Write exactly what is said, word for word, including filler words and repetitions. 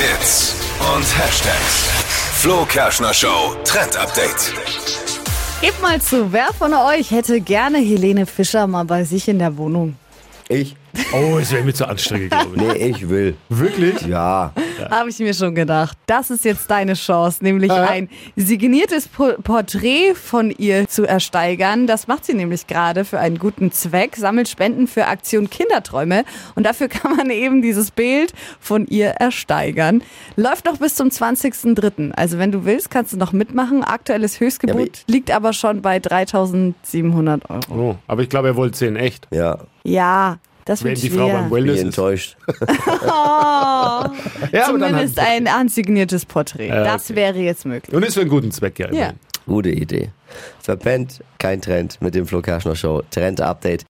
Hits und Hashtags. Flo Kerschner Show Trend Update. Gebt mal zu, wer von euch hätte gerne Helene Fischer mal bei sich in der Wohnung? Ich? Oh, es wäre mir zu anstrengend, glaube ich. Nee, ich will. Wirklich? Ja. Habe ich mir schon gedacht. Das ist jetzt deine Chance, nämlich Äh. ein signiertes Po- Porträt von ihr zu ersteigern. Das macht sie nämlich gerade für einen guten Zweck, sammelt Spenden für Aktion Kinderträume und dafür kann man eben dieses Bild von ihr ersteigern. Läuft noch bis zum zwanzigsten dritten Also wenn du willst, kannst du noch mitmachen. Aktuelles Höchstgebot Ja, aber- liegt aber schon bei dreitausendsiebenhundert Euro. Oh, aber ich glaube, er wollte es in echt. Ja. Ja, das Wenn wird die Frau schwer. beim Bin Wellness ich ist. enttäuscht. Ja, aber dann Zumindest halt, ein ansigniertes Porträt. Ja, Das okay. wäre jetzt möglich. und ist für einen guten Zweck, ja. Ja. immerhin. Gute Idee. Verpennt, kein Trend mit dem Flo Kerschner Show. Trend Update.